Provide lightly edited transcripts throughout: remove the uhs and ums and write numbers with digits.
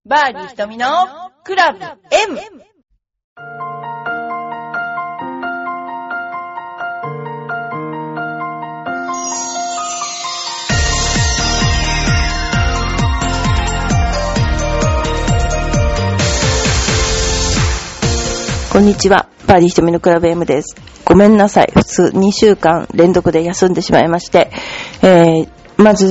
バーディー瞳のクラブ M。 こんにちは。バーディー瞳のクラブ M です。ごめんなさい。普通2週間連続で休んでしまいまして、まず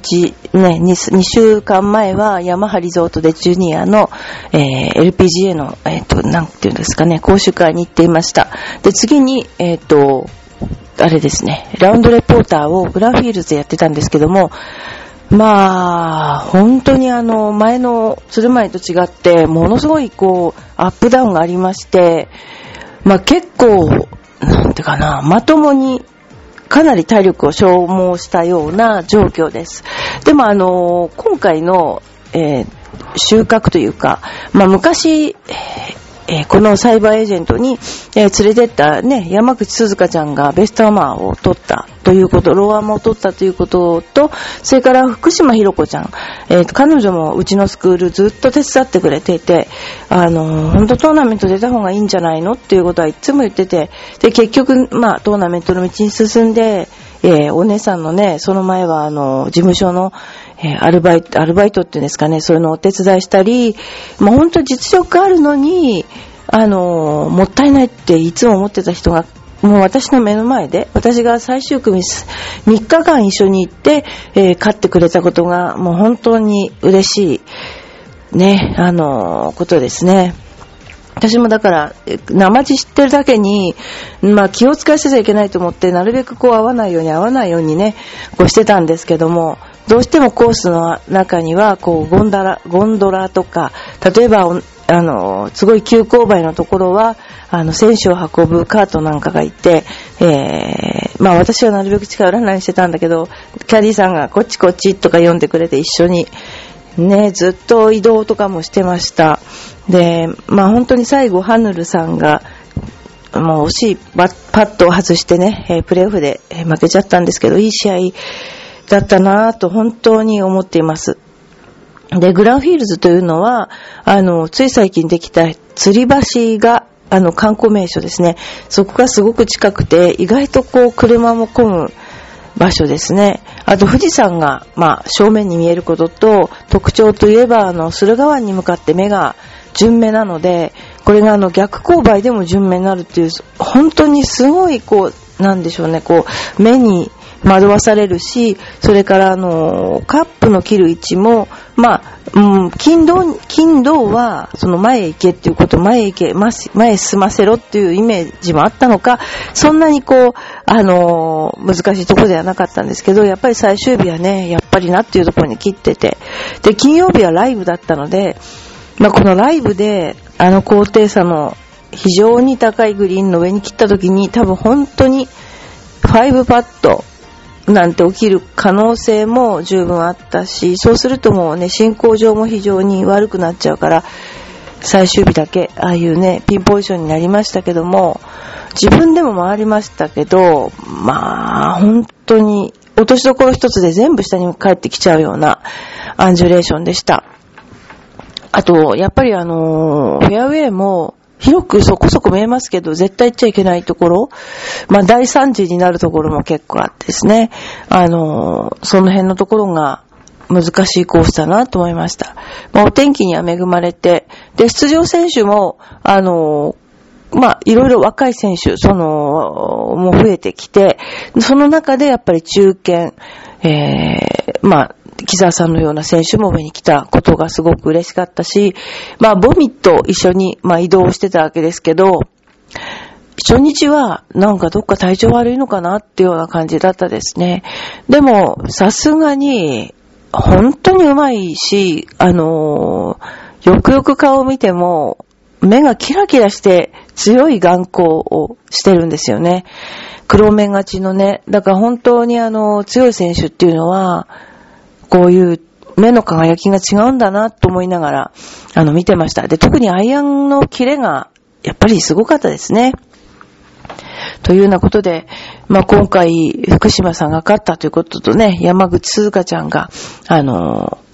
2週間前はヤマハリゾートでジュニアの、LPGA の、なんていうんですかね、講習会に行っていました。で、次に、あれですね、ラウンドレポーターをグランフィールズでやってたんですけども、まあ、本当に前の鶴舞と違って、ものすごいアップダウンがありまして、まあ結構、なんていうかな、まともに、かなり体力を消耗したような状況です。でも今回の、収穫というか、まあ昔、このサイバーエージェントに、連れてったね、山口鈴香ちゃんがベストアマーを取ったということ、ローアマーを取ったということと、それから福島ひろ子ちゃん、彼女もうちのスクールずっと手伝ってくれていて、本当トーナメント出た方がいいんじゃないのっていうことはいつも言ってて、で、結局、まあ、トーナメントの道に進んで、お姉さんのね、その前は事務所の、アルバイトっていうんですかね、そういうのをお手伝いしたり、もう本当実力あるのに、もったいないっていつも思ってた人が、もう私の目の前で、私が最終組3日間一緒に行って、勝ってくれたことが、もう本当に嬉しい、ね、ことですね。私もだから、生地知ってるだけに、まあ気を使わせちゃいけないと思って、なるべく合わないようにね、してたんですけども、どうしてもコースの中には、ゴンドラとか、例えば、すごい急勾配のところは、選手を運ぶカートなんかがいて、まあ私はなるべく近寄らないようにしてたんだけど、キャディさんがこっちとか呼んでくれて一緒に、ね、ずっと移動とかもしてました。で、まあ本当に最後、ハヌルさんが、もう惜しいパットを外してね、プレーオフで負けちゃったんですけど、いい試合だったなぁと本当に思っています。で、グランフィールズというのは、つい最近できた吊り橋が、観光名所ですね。そこがすごく近くて、意外と車も混む場所ですね。あと富士山が、まあ、正面に見えることと、特徴といえば、駿河湾に向かって目が順目なので、これが逆勾配でも順目になるっていう、本当にすごい、なんでしょうね、目に惑わされるし、それからカップの切る位置も、まあ、金銅は、前へ行けっていうこと、前へ進ませろっていうイメージもあったのか、そんなに難しいところではなかったんですけど、やっぱり最終日はね、やっぱりなっていうところに切ってて、で、金曜日はライブだったので、まあ、このライブで、高低差の非常に高いグリーンの上に切った時に、多分本当に、5パット、なんて起きる可能性も十分あったし、そうするともうね、進行上も非常に悪くなっちゃうから、最終日だけ、ああいうね、ピンポジションになりましたけども、自分でも回りましたけど、まあ、本当に、落としどころ一つで全部下に帰ってきちゃうようなアンジュレーションでした。あと、やっぱりフェアウェイも、広くそこそこ見えますけど、絶対行っちゃいけないところ、まあ大惨事になるところも結構あってですね、その辺のところが難しいコースだなと思いました。まあお天気には恵まれて、で、出場選手も、まあいろいろ若い選手、も増えてきて、その中でやっぱり中堅、まあ、木澤さんのような選手も上に来たことがすごく嬉しかったし、まあ、ボミと一緒に、まあ、移動してたわけですけど、初日はなんかどっか体調悪いのかなっていうような感じだったですね。でも、さすがに、本当にうまいし、よくよく顔を見ても、目がキラキラして強い眼光をしてるんですよね。黒目がちのね。だから本当に強い選手っていうのは、こういう目の輝きが違うんだなと思いながら、見てました。で、特にアイアンのキレが、やっぱりすごかったですね。というようなことで、まあ、今回、福島さんが勝ったということとね、山口鈴香ちゃんが、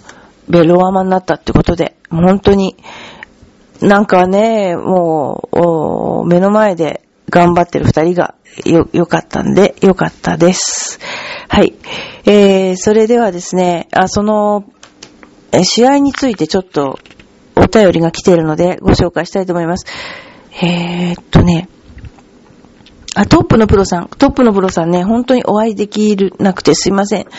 ベロアマになったってことで、本当に、なんかね、もう、目の前で頑張ってる二人がよかったんで、よかったです。はい。それではですね、試合についてちょっとお便りが来ているのでご紹介したいと思います。トップのプロさんね、本当にお会いできなくてすいません。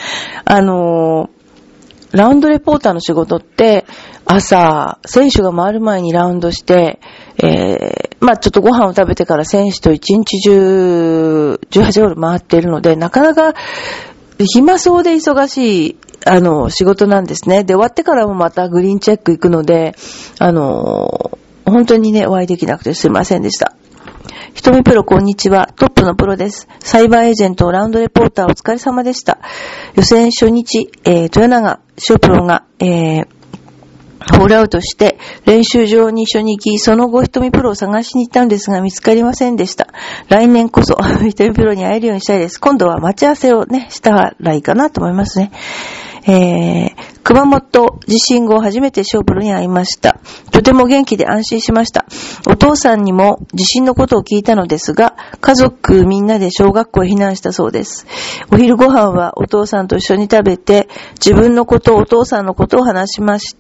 ラウンドレポーターの仕事って、朝、選手が回る前にラウンドして、ちょっとご飯を食べてから選手と一日中、18ホール回っているので、なかなか、暇そうで忙しい、仕事なんですね。で、終わってからもまたグリーンチェック行くので、本当にね、お会いできなくてすいませんでした。ひとみプロこんにちは。トップのプロです。サイバーエージェント、ラウンドレポーターお疲れ様でした。予選初日、豊永翔プロが、ホールアウトして練習場に一緒に行き、その後ひとみプロを探しに行ったんですが見つかりませんでした。来年こそひとみプロに会えるようにしたいです。今度は待ち合わせをね、したらいいかなと思いますね。熊本地震後初めて翔プロに会いました。とても元気で安心しました。お父さんにも地震のことを聞いたのですが、家族みんなで小学校へ避難したそうです。お昼ご飯はお父さんと一緒に食べて、自分のこと、お父さんのことを話しました。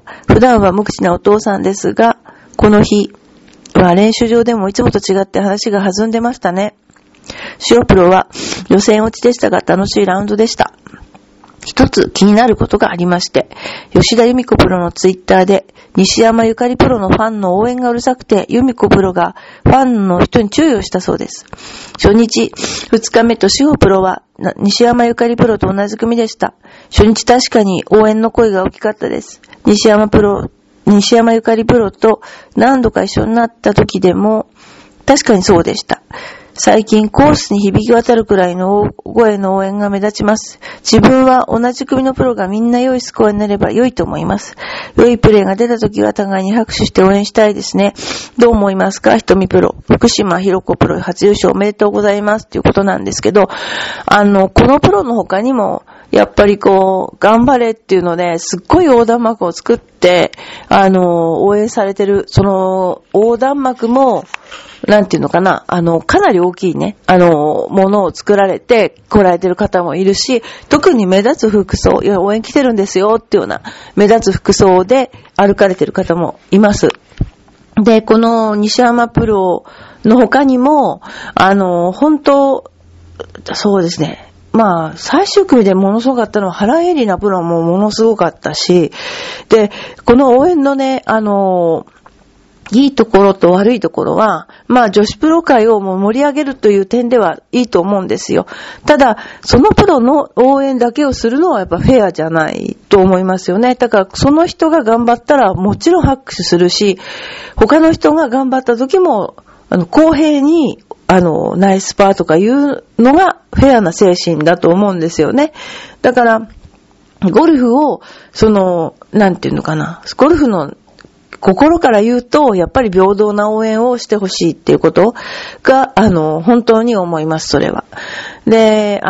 普段は無口なお父さんですが、この日は練習場でもいつもと違って話が弾んでましたね。翔プロは予選落ちでしたが楽しいラウンドでした。一つ気になることがありまして、吉田由美子プロのツイッターで、西山ゆかりプロのファンの応援がうるさくて、由美子プロがファンの人に注意をしたそうです。初日、二日目と志保プロは、西山ゆかりプロと同じ組でした。初日確かに応援の声が大きかったです。西山ゆかりプロと何度か一緒になった時でも、確かにそうでした。最近コースに響き渡るくらいの大声の応援が目立ちます。自分は同じ組のプロがみんな良いスコアになれば良いと思います。良いプレーが出た時は互いに拍手して応援したいですね。どう思いますか？ひとみプロ。福島ひろ子プロ初優勝おめでとうございますということなんですけど、このプロの他にも、やっぱり頑張れっていうので、すっごい横断幕を作って、応援されてる、その横断幕も、なんていうのかな、かなり大きいね、ものを作られて来られてる方もいるし、特に目立つ服装、応援来てるんですよっていうような目立つ服装で歩かれてる方もいます。で、この西山プロの他にも、本当、そうですね。最終組でものすごかったのは原エリナプロもものすごかったし、で、この応援のね、いいところと悪いところは、女子プロ界をもう盛り上げるという点ではいいと思うんですよ。ただ、そのプロの応援だけをするのはやっぱフェアじゃないと思いますよね。だから、その人が頑張ったらもちろん拍手するし、他の人が頑張った時も、公平に、ナイスパーとかいうのがフェアな精神だと思うんですよね。だから、ゴルフを、なんていうのかな、ゴルフの心から言うと、やっぱり平等な応援をしてほしいっていうことが、本当に思います、それは。で、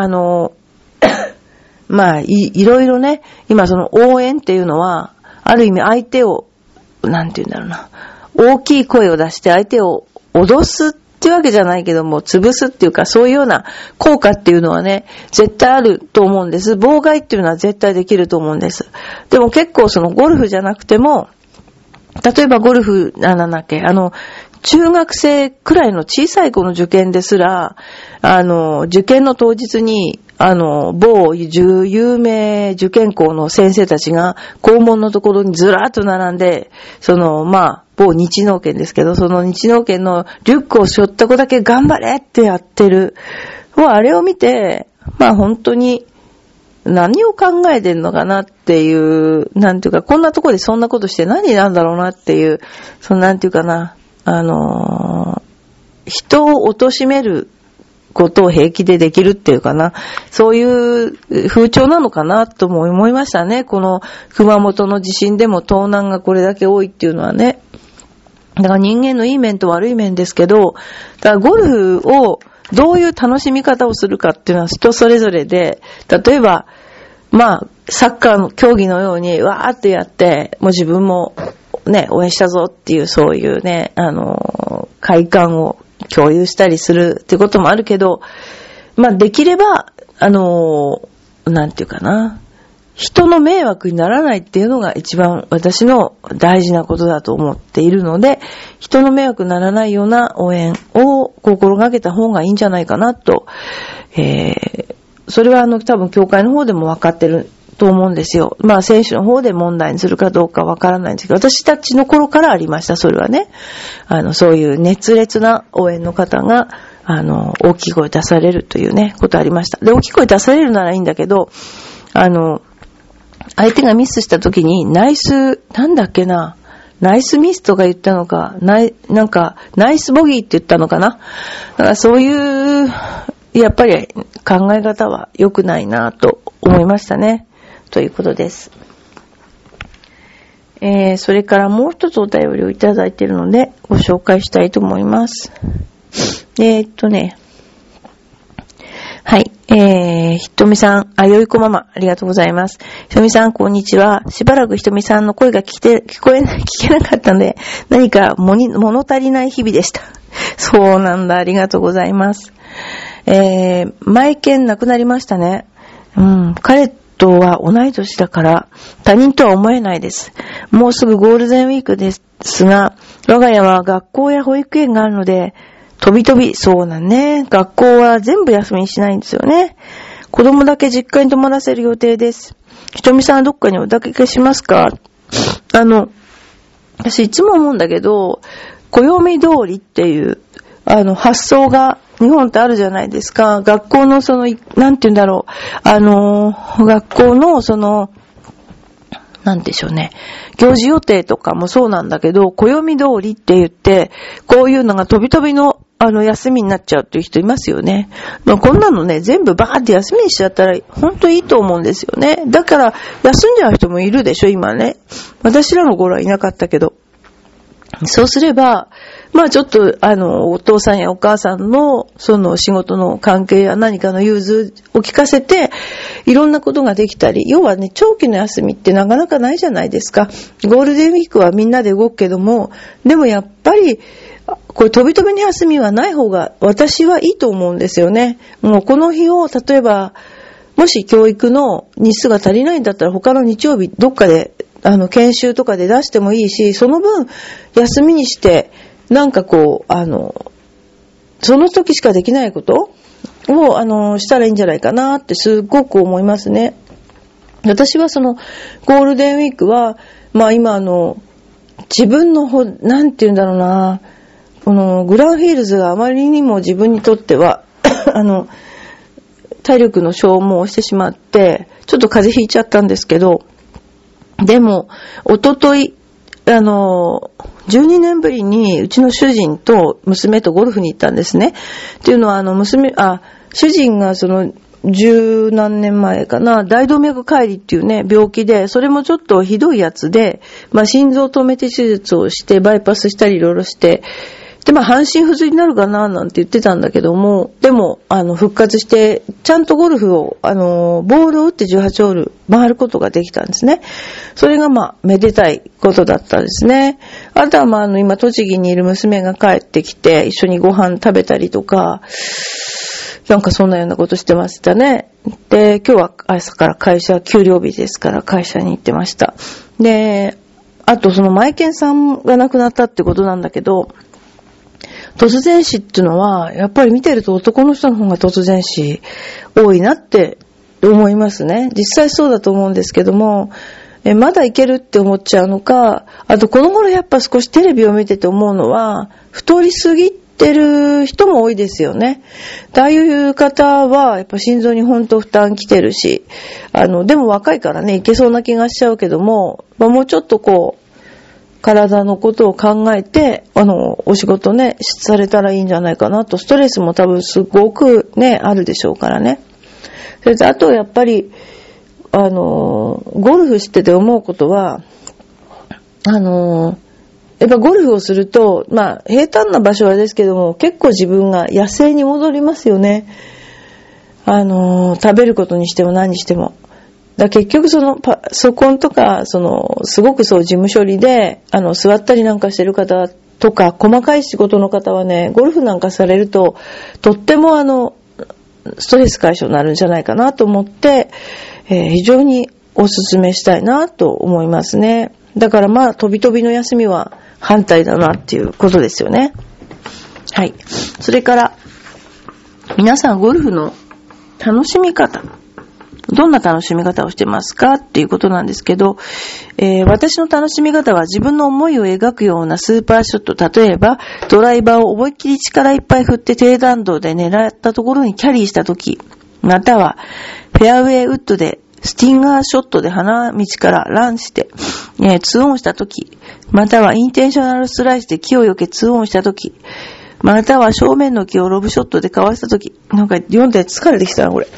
いろいろね、今その応援っていうのは、ある意味相手を、なんていうんだろうな、大きい声を出して相手を脅すっていうわけじゃないけども、潰すっていうか、そういうような効果っていうのはね、絶対あると思うんです。妨害っていうのは絶対できると思うんです。でも結構ゴルフじゃなくても、例えばゴルフ、中学生くらいの小さい子の受験ですら、受験の当日に、某有名受験校の先生たちが校門のところにずらーっと並んで、某日農研ですけど、その日農研のリュックを背負った子だけ頑張れってやってる。あれを見て、本当に何を考えてんのかなっていう、なんていうか、こんなとこでそんなことして何なんだろうなっていう、なんていうかな、人を貶めることを平気でできるっていうかな、そういう風潮なのかなとも思いましたね。この熊本の地震でも盗難がこれだけ多いっていうのはね。だから人間のいい面と悪い面ですけど、だからゴルフをどういう楽しみ方をするかっていうのは人それぞれで、例えばサッカーの競技のようにわーってやって、もう自分もね、応援したぞっていう、そういうね、快感を共有したりするっていうこともあるけど、できれば、なんていうかな、人の迷惑にならないっていうのが一番私の大事なことだと思っているので、人の迷惑にならないような応援を心がけた方がいいんじゃないかなと、それは多分協会の方でも分かってると思うんですよ。選手の方で問題にするかどうか分からないんですけど、私たちの頃からありました、それはね。そういう熱烈な応援の方が、大きい声出されるというね、ことありました。で、大きい声出されるならいいんだけど、相手がミスした時に、ナイスミスとか言ったのか、ナイスボギーって言ったのかな。だからそういう、やっぱり考え方は良くないなと思いましたね。ということです。それからもう一つお便りをいただいているので、ご紹介したいと思います。はい。ひとみさん、よいこママ、ありがとうございます。ひとみさん、こんにちは。しばらくひとみさんの声が聞けなかったので、何か物足りない日々でした。そうなんだ、ありがとうございます。マイケン亡くなりましたね。彼とは同い年だから、他人とは思えないです。もうすぐゴールデンウィークですが、我が家は学校や保育園があるので、そうだね。学校は全部休みにしないんですよね。子供だけ実家に泊まらせる予定です。ひとみさんはどっかにお出かけしますか？私いつも思うんだけど、暦通りっていう、発想が日本ってあるじゃないですか。学校のなんて言うんだろう。学校のなんでしょうね。行事予定とかもそうなんだけど、暦通りって言って、こういうのが飛び飛びの休みになっちゃうっていう人いますよね。こんなのね、全部バーって休みにしちゃったら、ほんといいと思うんですよね。だから、休んじゃう人もいるでしょ、今ね。私らの頃はいなかったけど。そうすれば、ちょっと、お父さんやお母さんの、仕事の関係や何かの融通を聞かせて、いろんなことができたり、要はね、長期の休みってなかなかないじゃないですか。ゴールデンウィークはみんなで動くけども、でもやっぱり、これ飛び飛びに休みはない方が私はいいと思うんですよね。もうこの日を、例えば、もし教育の日数が足りないんだったら他の日曜日どっかで、研修とかで出してもいいし、その分休みにして、なんかその時しかできないことを、したらいいんじゃないかなってすごく思いますね。私はゴールデンウィークは、今自分のなんて言うんだろうな、このグランフィールズがあまりにも自分にとっては、体力の消耗をしてしまって、ちょっと風邪ひいちゃったんですけど、でも、おととい、12年ぶりにうちの主人と娘とゴルフに行ったんですね。っていうのは、主人が十何年前かな、大動脈解離っていうね、病気で、それもちょっとひどいやつで、心臓を止めて手術をして、バイパスしたりいろいろして、で、半身不随になるかな、なんて言ってたんだけども、でも、復活して、ちゃんとゴルフを、ボールを打って18ホール回ることができたんですね。それがめでたいことだったんですね。あとは今、栃木にいる娘が帰ってきて、一緒にご飯食べたりとか、なんかそんなようなことしてましたね。で、今日は朝から給料日ですから会社に行ってました。で、あとマイケンさんが亡くなったってことなんだけど、突然死っていうのは、やっぱり見てると男の人の方が突然死多いなって思いますね。実際そうだと思うんですけども、まだいけるって思っちゃうのか、あとこの頃やっぱ少しテレビを見てて思うのは、太りすぎてる人も多いですよね。ああいう方はやっぱ心臓に本当負担きてるし、でも若いからね、いけそうな気がしちゃうけども、もうちょっと体のことを考えて、お仕事ね、されたらいいんじゃないかなと。ストレスも多分すごくね、あるでしょうからね。それと、あとやっぱり、ゴルフしてて思うことは、やっぱゴルフをすると、平坦な場所はですけども、結構自分が野生に戻りますよね。食べることにしても何にしても。 だ結局そのパソコンとか、すごくそう事務処理で、座ったりなんかしてる方とか、細かい仕事の方はね、ゴルフなんかされると、とってもストレス解消になるんじゃないかなと思って、非常にお勧めしたいなと思いますね。だからまあ、飛び飛びの休みは反対だなっていうことですよね。はい。それから、皆さんゴルフの楽しみ方。どんな楽しみ方をしてますかっていうことなんですけど、私の楽しみ方は自分の思いを描くようなスーパーショット、例えばドライバーを思いっきり力いっぱい振って低弾道で狙ったところにキャリーしたとき、またはフェアウェイウッドでスティンガーショットで花道からランして、2オンしたとき、またはインテンショナルスライスで木を避け2オンしたとき、または正面の木をロブショットでかわしたとき、なんか読んで疲れてきたな、これ。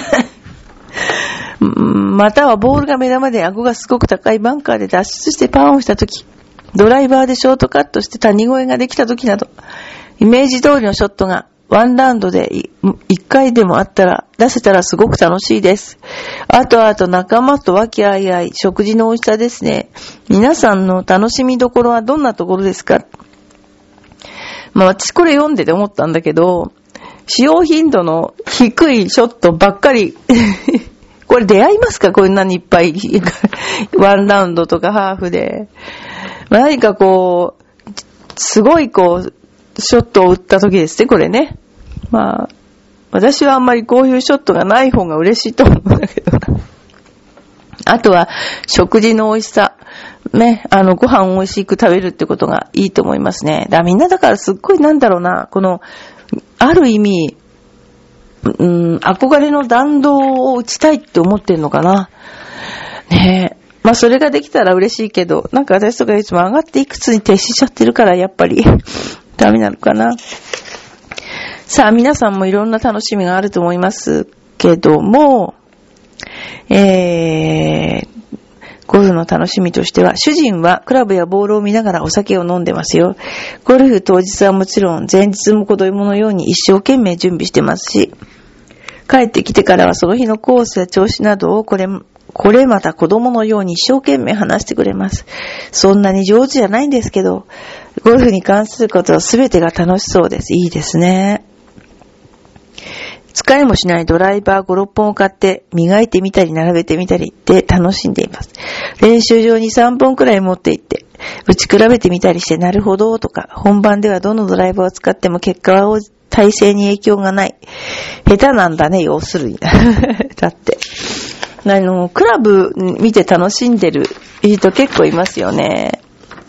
またはボールが目玉で顎がすごく高いバンカーで脱出してパーオンしたとき、ドライバーでショートカットして谷越えができたときなど、イメージ通りのショットがワンラウンドで1回でもあったら、出せたらすごく楽しいです。あと仲間と和気あいあい、食事の美味しさですね。皆さんの楽しみどころはどんなところですか？まあ私これ読んでて思ったんだけど、使用頻度の低いショットばっかり、これ出会いますか？こんなにいっぱい。ワンラウンドとかハーフで。何かこう、すごいこう、ショットを打った時ですね、これね。まあ、私はあんまりこういうショットがない方が嬉しいと思うんだけど。あとは、食事の美味しさ。ね、ご飯を美味しく食べるってことがいいと思いますね。みんなだからすっごいなんだろうな、この、ある意味、憧れの弾道を打ちたいって思ってんのかな。ねえ。まあそれができたら嬉しいけど、なんか私とかいつも上がっていくつに徹しちゃってるからやっぱりダメなのかな。さあ皆さんもいろんな楽しみがあると思いますけども、ゴルフの楽しみとしては、主人はクラブやボールを見ながらお酒を飲んでますよ。ゴルフ当日はもちろん、前日も子供のように一生懸命準備してますし、帰ってきてからはその日のコースや調子などをこれまた子供のように一生懸命話してくれます。そんなに上手じゃないんですけど、ゴルフに関することは全てが楽しそうです。いいですね。使いもしないドライバー5、6本を買って磨いてみたり並べてみたりで楽しんでいます。練習場に3本くらい持って行って打ち比べてみたりしてなるほどとか、本番ではどのドライバーを使っても結果は体勢に影響がない。下手なんだね、要するに。だって。クラブ見て楽しんでる人結構いますよね。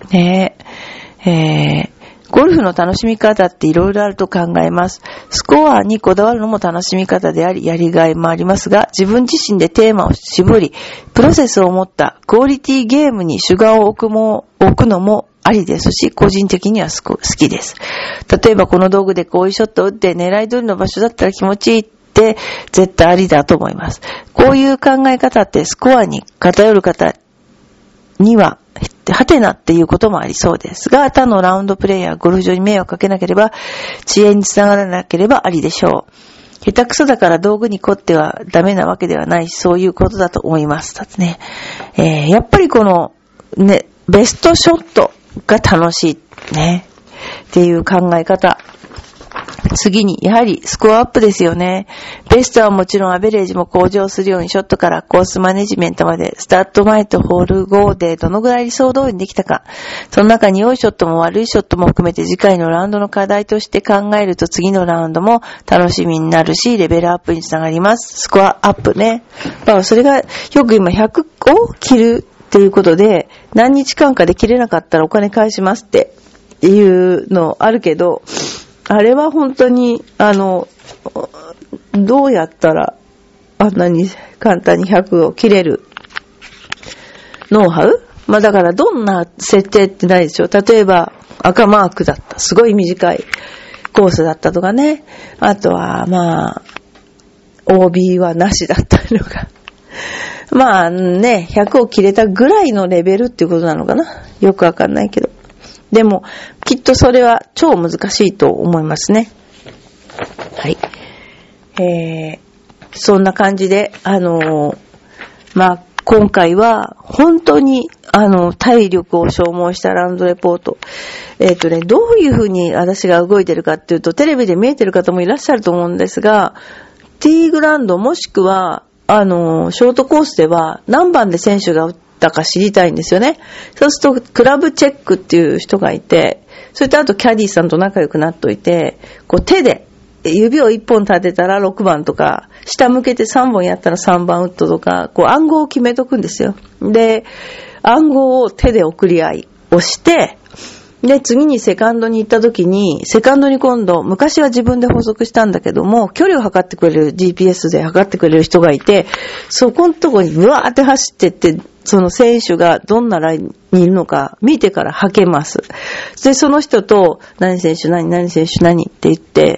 ゴルフの楽しみ方っていろいろあると考えます。スコアにこだわるのも楽しみ方であり、やりがいもありますが、自分自身でテーマを絞り、プロセスを持ったクオリティゲームに主眼を置くのもありですし、個人的には好きです。例えばこの道具でこういうショットを打って狙い通りの場所だったら気持ちいいって絶対ありだと思います。こういう考え方ってスコアに偏る方にははてなっていうこともありそうですが、他のラウンドプレイヤー、ゴルフ場に迷惑かけなければ、遅延につながらなければありでしょう。下手くそだから道具に凝ってはダメなわけではないし、そういうことだと思います。だってね、やっぱりこのね、ベストショットが楽しいねっていう考え方。次に、やはりスコアアップですよね。ベストはもちろんアベレージも向上するようにショットからコースマネジメントまで、スタート前とホール後でどのぐらい理想通りにできたか。その中に良いショットも悪いショットも含めて次回のラウンドの課題として考えると次のラウンドも楽しみになるし、レベルアップにつながります。スコアアップね。それがよく今100を切るっていうことで、何日間かで切れなかったらお金返しますっていうのあるけど、あれは本当に、どうやったら、あんなに簡単に100を切れるノウハウ？だからどんな設定ってないでしょ。例えば、赤マークだった。すごい短いコースだったとかね。あとは、OB はなしだったりとか。100を切れたぐらいのレベルっていうことなのかな。よくわかんないけど。でも、きっとそれは超難しいと思いますね。はい。そんな感じで、 今回は本当に体力を消耗したラウンドレポート。どういうふうに私が動いてるかっていうと、テレビで見えてる方もいらっしゃると思うんですが、ティーグラウンドもしくは、ショートコースでは何番で選手が打ったか知りたいんですよね。そうすると、クラブチェックっていう人がいて、それとあとキャディーさんと仲良くなっといて、手で、指を1本立てたら6番とか、下向けて3本やったら3番ウッドとか、暗号を決めとくんですよ。で、暗号を手で送り合いをして、で、次にセカンドに行った時に、セカンドに今度、昔は自分で補足したんだけども、距離を測ってくれる GPS で測ってくれる人がいて、そこのとこにブワーって走ってって、その選手がどんなラインにいるのか見てから履けます。で、その人と、何選手何選手何って言って、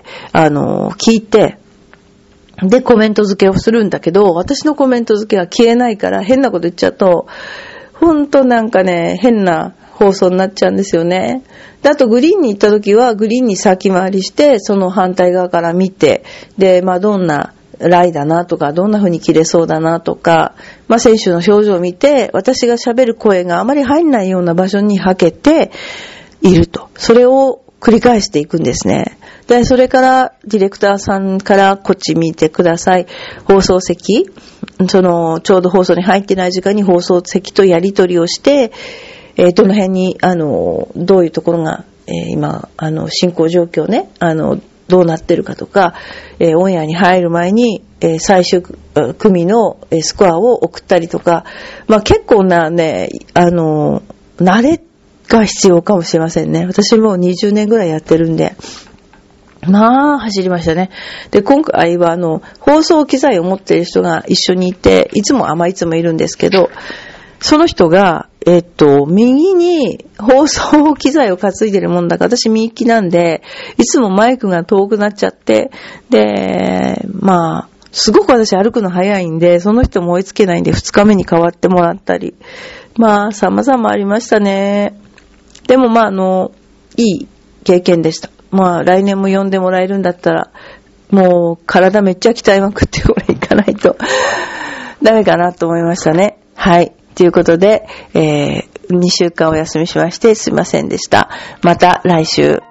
聞いて、で、コメント付けをするんだけど、私のコメント付けは消えないから変なこと言っちゃうと、ほんとなんかね、変な放送になっちゃうんですよね。で、あとグリーンに行った時は、グリーンに先回りして、その反対側から見て、で、どんなライだなとか、どんな風に切れそうだなとか、選手の表情を見て、私が喋る声があまり入んないような場所にはけていると。それを繰り返していくんですね。で、それからディレクターさんからこっち見てください。放送席、ちょうど放送に入ってない時間に放送席とやり取りをして、どの辺に、どういうところが、今、進行状況ね、どうなってるかとか、オンエアに入る前に、最終組のスコアを送ったりとか、結構なね、慣れが必要かもしれませんね。私もう20年ぐらいやってるんで。走りましたね。で、今回は放送機材を持っている人が一緒にいて、いつもいるんですけど、その人が、右に放送機材を担いでるもんだから、私右利きなんで、いつもマイクが遠くなっちゃって、で、すごく私歩くの早いんで、その人も追いつけないんで、2日目に代わってもらったり。様々ありましたね。でもいい経験でした。来年も呼んでもらえるんだったら、もう体めっちゃ鍛えまくってこれいかないとダメかなと思いましたね。はい。ということで、2週間お休みしましてすいませんでした。また来週。